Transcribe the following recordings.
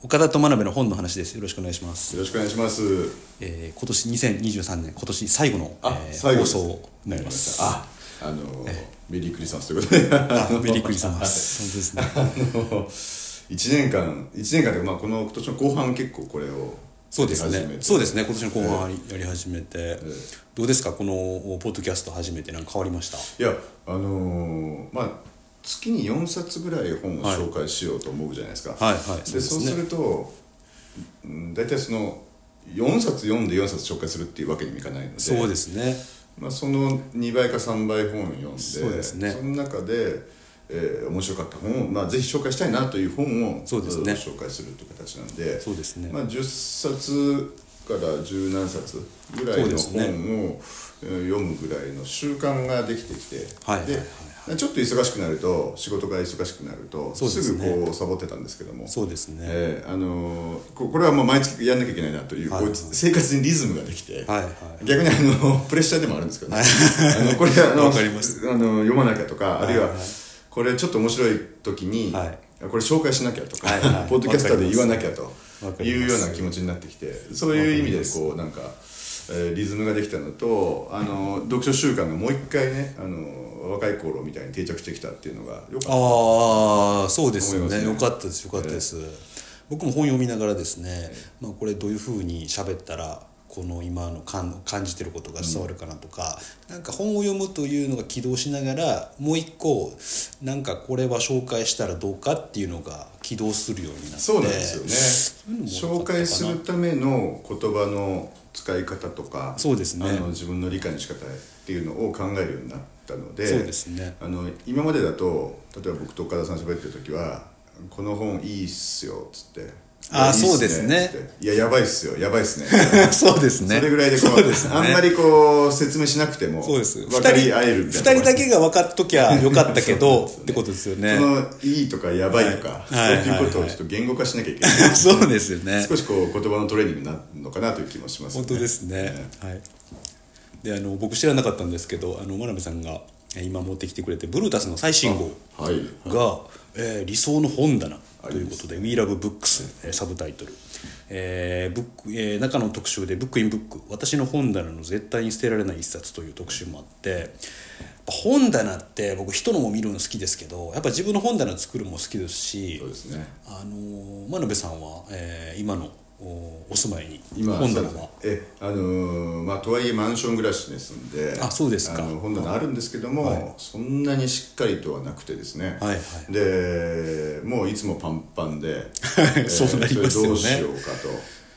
岡田と真鍋の本の話です。よろしくお願いします。 よろしくお願いします。 今年2023年今年最後の、放送になります。 メリークリスマスということでメリークリスマス本当ですね。 1年間で、この今年の後半結構これをそうですね今年の後半やり始めて、どうですかこのポッドキャスト始めて何か変わりました？ いや月に4冊ぐらい本を紹介しようと思うじゃないですか。そうすると大体その4冊読んで4冊紹介するっていうわけにもいかないので、 そうですね、 その2倍か3倍本を読んで、 そうですね、 その中で、面白かった本を、ぜひ紹介したいなという本をそうですね紹介するという形なんで、 そうですね、 10冊から十何冊ぐらいの本を読むぐらいの習慣ができてきて、でちょっと忙しくなると、仕事が忙しくなるとすぐこうサボってたんですけども、 そうですね、 これはもう毎月やんなきゃいけないなという、こう生活にリズムができて、逆にプレッシャーでもあるんですけどねこれ読まなきゃとか、あるいはこれちょっと面白い時に、これ紹介しなきゃとか、ポッドキャスターで言わなきゃというような気持ちになってきて、そういう意味でこうなんかリズムができたのと、読書習慣がもう一回ね、若い頃みたいに定着してきたっていうのがよかった。 そうですね、よかったです、僕も本読みながらですね、これどういうふうに喋ったらこの今の感じてることが伝わるかなとか、なんか本を読むというのが起動しながら、もう一個なんかこれは紹介したらどうかっていうのが起動するようになって、 そうなんですよね。紹介するための言葉の使い方とか、 そうですね、 自分の理解の仕方っていうのを考えるようになったので、 そうですね、 今までだと例えば僕と岡田さん喋ってる時は、この本いいっすよっつって、 そうですね、 いややばいっすよ、やばいっすねそうですね、 それぐらいでこう、あんまりこう説明しなくても分かり合えるみたいな、 2人だけが分かっときゃよかったけどってことですよね。 そのいいとかやばいとか、そういうことをちょっと言語化しなきゃいけないそうですよね。 少しこう言葉のトレーニングになるのかなという気もしますね。 本当ですね、で僕知らなかったんですけど、真鍋さんが今持ってきてくれてブルータスの最新号が、理想の本棚ということで We Love Books、サブタイトル、中の特集でブックインブック、私の本棚の絶対に捨てられない一冊という特集もあって、本棚って僕人のも見るの好きですけど、やっぱ自分の本棚作るのも好きですし、 そうですね、 真鍋さんは、今のお住まいに本棚はとはいえマンション暮らしですんで、 そうですか、 本棚あるんですけども、そんなにしっかりとはなくてですね、でもういつもパンパンでそうなりますよね。 どうしようかと。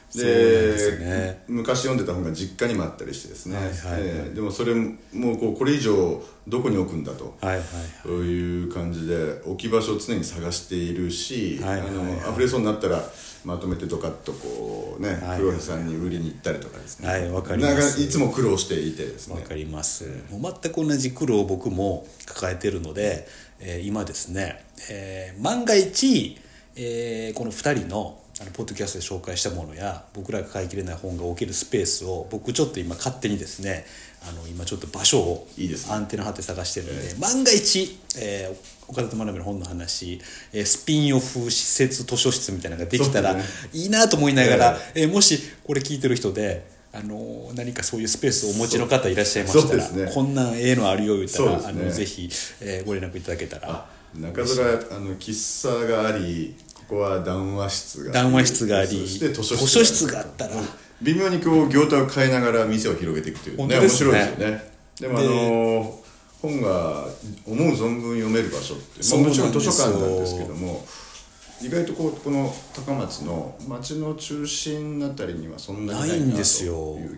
昔読んでた本が実家にもあったりしてですね、でもそれもこれ以上どこに置くんだと、いう感じで置き場所を常に探しているし、溢れそうになったらまとめてドカッとこうね、黒木さんに売りに行ったりとかですね、 わかります。 いつも苦労していてですね、 わかります。もう全く同じ苦労を僕も抱えているので、今ですね、万が一、この2人のポッドキャストで紹介したものや僕らが買い切れない本が置けるスペースを僕ちょっと今勝手にですね、今ちょっと場所をアンテナ張って探してるので、万が一、岡田と真鍋の本の話、スピンオフ施設図書室みたいなのができたらいいなと思いながら、もしこれ聞いてる人で何かそういうスペースをお持ちの方いらっしゃいましたら、こんなんあるよ言ったら、ぜひ、ご連絡いただけたら。 中空喫茶があり、ここは談話室があり、そして図書室があったら、 微妙にこう業態を変えながら店を広げていくというね、面白いですよね。でも本が思う存分読める場所って、もちろん図書館なんですけども、意外とこの高松の町の中心あたりにはそんなにないなという気がします。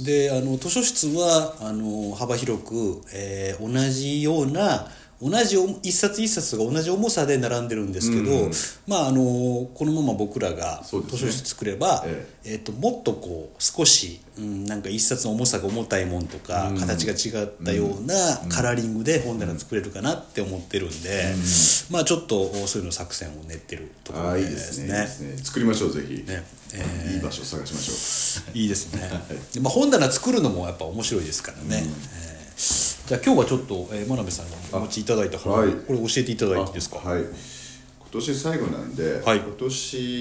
で図書室は幅広く、同じような一冊一冊が同じ重さで並んでるんですけど、このまま僕らが図書室作れば、もっとこう少し、なんか一冊の重さが重たいもんとか、形が違ったようなカラーリングで本棚作れるかなって思ってるんで、ちょっとそういうの作戦を練ってるところですね。 作りましょう、ぜひ、いい場所を探しましょう。 いいですね本棚作るのもやっぱ面白いですからね。じゃあ今日はちょっと真鍋さんにお持ちいただいた本、これ教えていただいていいですか？ 今年最後なんで、今年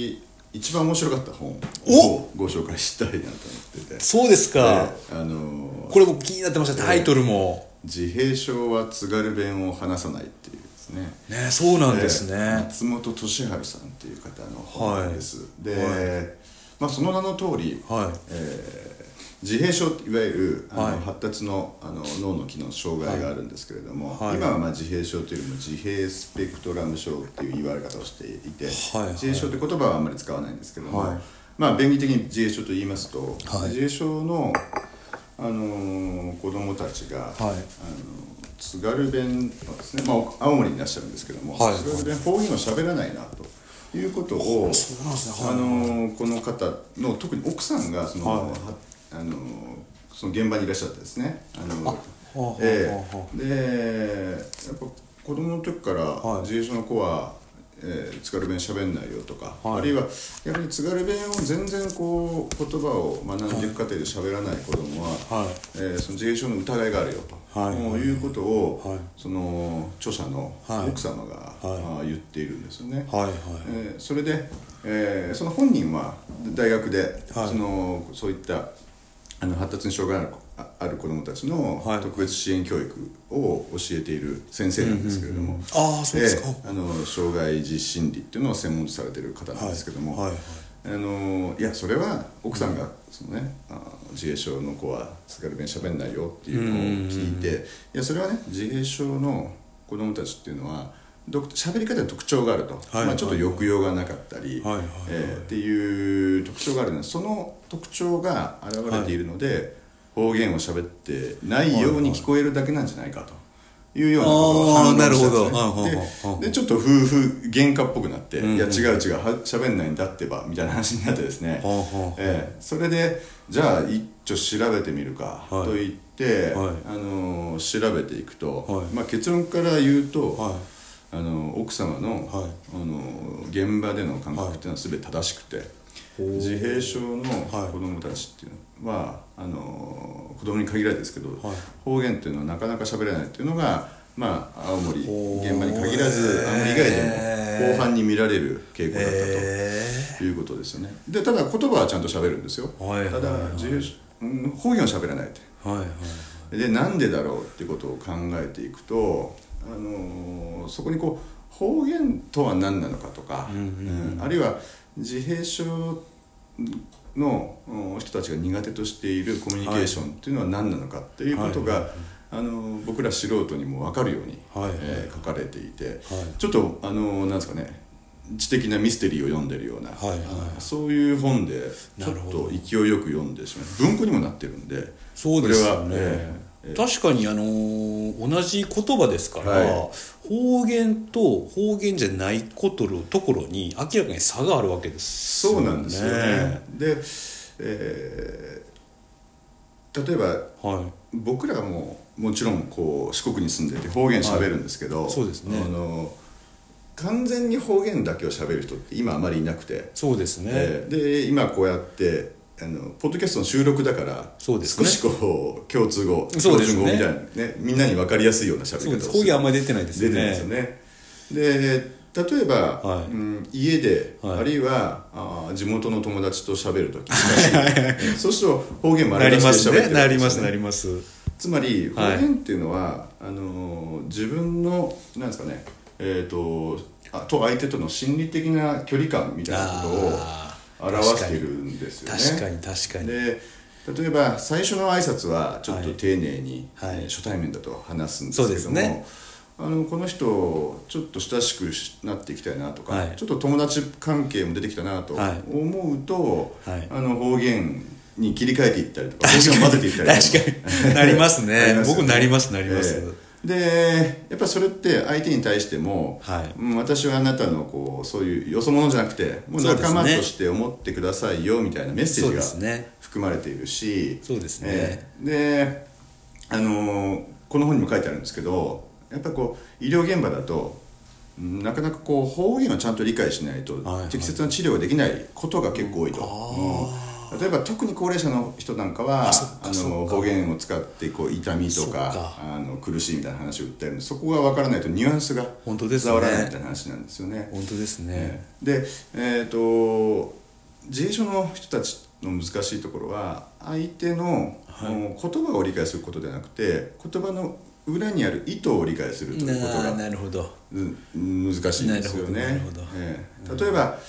一番面白かった本をご紹介したいなと思ってて。 そうですか。これ僕気になってました。タイトルも自閉症は津軽弁を話さないっていうですね。 ね、そうなんですね。 松本俊治さんっていう方の本です。で、その名の通り、自閉症いわゆる発達の脳の機能障害があるんですけれども、今は自閉症というよりも自閉スペクトラム症っていう言われ方をしていて、自閉症という言葉はあんまり使わないんですけども、便宜的に自閉症と言いますと、自閉症の子供たちが津軽弁のですね、青森にいらっしゃるんですけども、津軽弁方言を喋らないなということを、この方の特に奥さんがその現場にいらっしゃってですね、でやっぱ子供の時から自閉症の子は津軽弁喋んないよとか、あるいは逆に津軽弁を全然こう言葉を学んでいく過程で喋らない子供は、その自閉症の疑いがあるよと、いうことを、その著者の奥様が、言っているんですよね。それで、その本人は大学で、そういった発達に障害がある子どもたちの特別支援教育を教えている先生なんですけれども、障害児心理っていうのを専門とされている方なんですけども、いやそれは奥さんがその、ね、自閉症の子は津軽弁喋んないよっていうのを聞いて、いやそれはね自閉症の子どもたちっていうのは喋り方に特徴があると、ちょっと抑揚がなかったり、っていう特徴があるので、その特徴が現れているので、方言を喋ってないように聞こえるだけなんじゃないかというようなことを反論したんですね。でちょっと夫婦喧嘩っぽくなって、いや違う喋んないんだってばみたいな話になってですね、それでじゃあ一丁調べてみるかと言って、調べていくと、結論から言うと、奥様の、現場での感覚っていうのは全て正しくて、自閉症の子どもたちっていうのは、子供に限らずですけど、方言っていうのはなかなか喋れないっていうのが、青森現場に限らず青森以外でも広範に見られる傾向だったということですよね。でただ言葉はちゃんと喋るんですよ。ただ方言は喋らないと。でなんでだろうっていうことを考えていくと、そこにこう方言とは何なのかとか、あるいは自閉症の人たちが苦手としているコミュニケーションっていうのは何なのかっていうことが、僕ら素人にも分かるように、書かれていて、ちょっとなんですかね、知的なミステリーを読んでるような、そういう本でちょっと勢いよく読んでしまう。文庫にもなってるんで、 そうですよね。確かに同じ言葉ですから、方言と方言じゃないところに明らかに差があるわけです、 そうなんですよね。で、例えば、僕らももちろんこう四国に住んでて方言喋るんですけど、 そうですね、 完全に方言だけを喋る人って今あまりいなくて、 そうですね、 で今こうやってポッドキャストの収録だから、少しこう共通語、標準語みたいなね、みんなに分かりやすいような喋り方をする。 方言あんまり出てないですよね。 出てないですよね。で例えば、家で、あるいは地元の友達と喋るとき、そうすると方言丸出しで喋ってるんですよね。 なります。 つまり方言っていうのは、自分のなんですかね、と相手との心理的な距離感みたいなことを表しているんですよね。 確かに。 で例えば最初の挨拶はちょっと丁寧に、初対面だと話すんですけども、この人ちょっと親しくなっていきたいなとか、ちょっと友達関係も出てきたなと思うと、方言に切り替えていったりとか、方言を混ぜていったりとか、 確かになりますね。僕なります。 でやっぱりそれって相手に対しても、私はあなたのこうそういうよそ者じゃなくて、もう仲間として思ってくださいよみたいなメッセージが含まれているし、 そうですね。 でこの本にも書いてあるんですけど、やっぱりこう医療現場だとなかなかこう方言をちゃんと理解しないと適切な治療ができないことが結構多いと。例えば特に高齢者の人なんかは方言を使ってこう痛みとか苦しいみたいな話を訴えるんで、そこが分からないとニュアンスが伝わらないみたいな話なんですよね。 本当ですね。 で自閉症の人たちの難しいところは相手の、言葉を理解することではなくて言葉の裏にある意図を理解するということがなるほど難しいんですよね。 なるほど例えば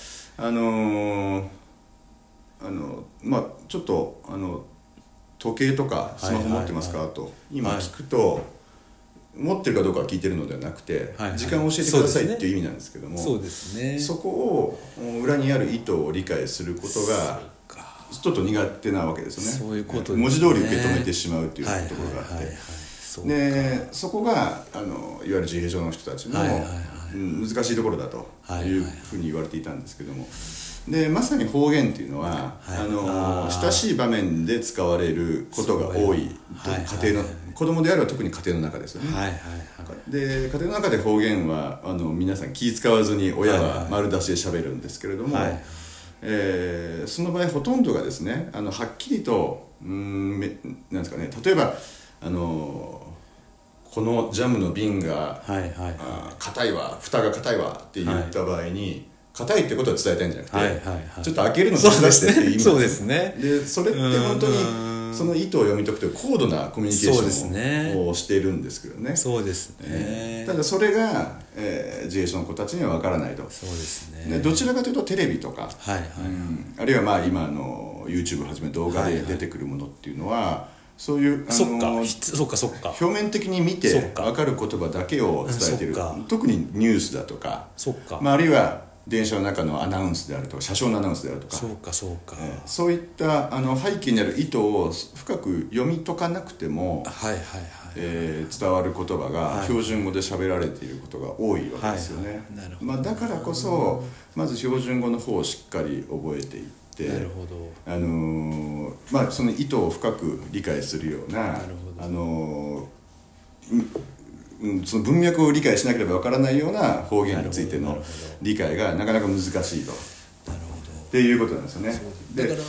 ちょっと時計とかスマホ持ってますか、と今聞くと、持ってるかどうかは聞いてるのではなくて、時間を教えてくださいっていう意味なんですけども、 そうですね、 そこを裏にある意図を理解することがちょっと苦手なわけですよね。 そういうことですね。 文字通り受け止めてしまうっていうところがあって、でそこがいわゆる自閉症の人たちの難しいところだというふうに言われていたんですけども、でまさに方言っていうのは、親しい場面で使われることが多い、家庭の子供であれば特に家庭の中ですよね。で家庭の中で方言は皆さん気使わずに親は丸出しで喋るんですけれども、その場合ほとんどがですねはっきりとなんですかね、例えばこのジャムの瓶が硬いわ、蓋が硬いわって言った場合に、硬いってことは伝えたいんじゃなくて、ちょっと開けるの手伝ってっていう意味なんですね。でそれって本当にその意図を読み解くという高度なコミュニケーションをしているんですけどね。 そうですね。 ただそれが、自閉症の子たちには分からないと。 そうですね。 どちらかというとテレビとか、あるいは今YouTube をはじめ動画で出てくるものっていうのは、そういう表面的に見て分かる言葉だけを伝えている。特にニュースだとか、あるいは電車の中のアナウンスであるとか、車掌のアナウンスであるとか、そういった背景にある意図を深く読み解かなくても伝わる言葉が標準語で喋られていることが多いわけですよね。だからこそまず標準語の方をしっかり覚えていって、その意図を深く理解するようなその文脈を理解しなければわからないような方言についての理解がなかなか難しいと。っていうことなんですよね。 だから、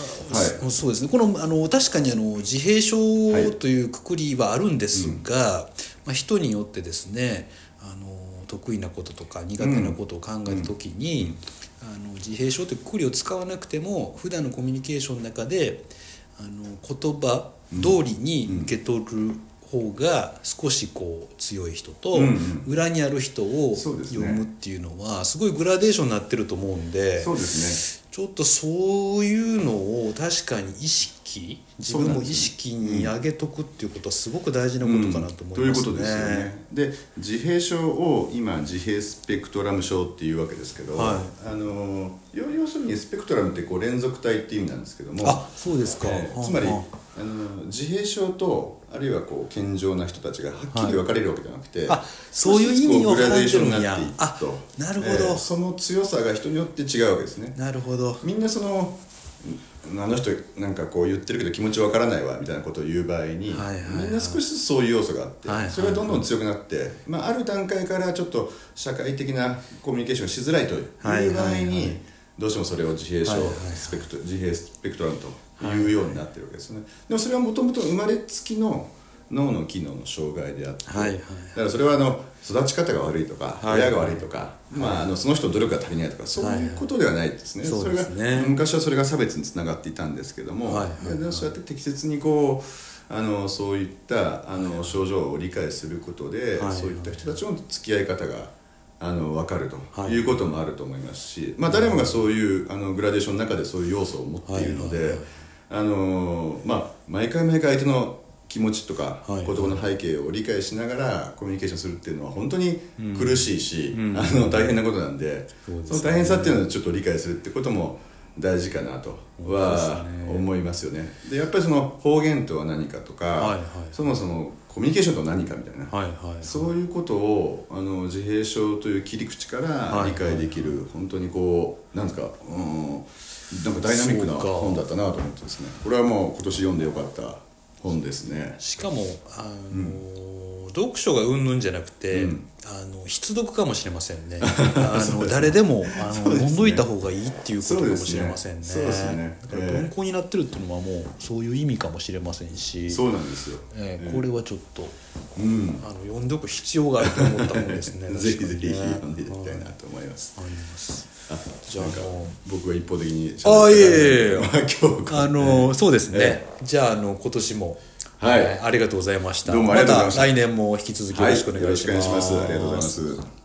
そうですね。この確かに自閉症というくくりはあるんですが、人によってですね、得意なこととか苦手なことを考えたときに、自閉症というくくりを使わなくても普段のコミュニケーションの中で言葉通りに受け取る方が少し強い人と、裏にある人を読むっていうのはすごいグラデーションになってると思うんで、 そうですね、 ちょっとそういうのを確かに自分も意識に上げとくっていうことはすごく大事なことかなと思いますね。 ということですよね。で自閉症を今自閉スペクトラム症っていうわけですけど、要するにスペクトラムって連続体っていう意味なんですけども、 そうですか。 つまり自閉症とあるいは健常な人たちがはっきり分かれるわけじゃなくて、 そういう意味をグラデーションになっていくと、 なるほど、 その強さが人によって違うわけですね。 なるほど。みんなあの人なんか言ってるけど気持ちわからないわみたいなことを言う場合に、みんな少しずつそういう要素があって、それがどんどん強くなって、ある段階からちょっと社会的なコミュニケーションしづらいという場合に、どうしてもそれを自閉症自閉スペクトラムというようになってるわけですね。でもそれはもともと生まれつきの脳の機能の障害であって、だからそれは育ち方が悪いとか、親が悪いとか、その人の努力が足りないとか、そういうことではないですね。それが昔はそれが差別につながっていたんですけども、そうやって適切にそういった症状を理解することで、そういった人たちの付き合い方が分かるということもあると思いますし、誰もがそういうグラデーションの中でそういう要素を持っているので、毎回相手の気持ちとか言葉の背景を理解しながらコミュニケーションするっていうのは本当に苦しいし、大変なことなんで、その大変さっていうのをちょっと理解するってことも大事かなとは思いますよね。でやっぱりその方言とは何かとか、そもそもコミュニケーションとは何かみたいな、そういうことを自閉症という切り口から理解できる、本当になんですか、なんかダイナミックな本だったなと思ってですね、これはもう今年読んでよかった本ですね。 しかも読書がうんぬんじゃなくて、必読かもしれませんね。誰でも読んどいた方がいいっていうことかもしれませんね。 そうですね。 だから文庫になってるっていうのはもうそういう意味かもしれませんし、 そうなんですよ。 これはちょっと読んでおく必要があると思ったものですね。 ぜひぜひ読んでいただきたいなと思います。 じゃあ僕が一方的にいえ今日そうですね、じゃあ今年もありがとうございました。 どうもありがとうございました。 また来年も引き続きよろしくお願いします。 はい、よろしくお願いします。ありがとうございます。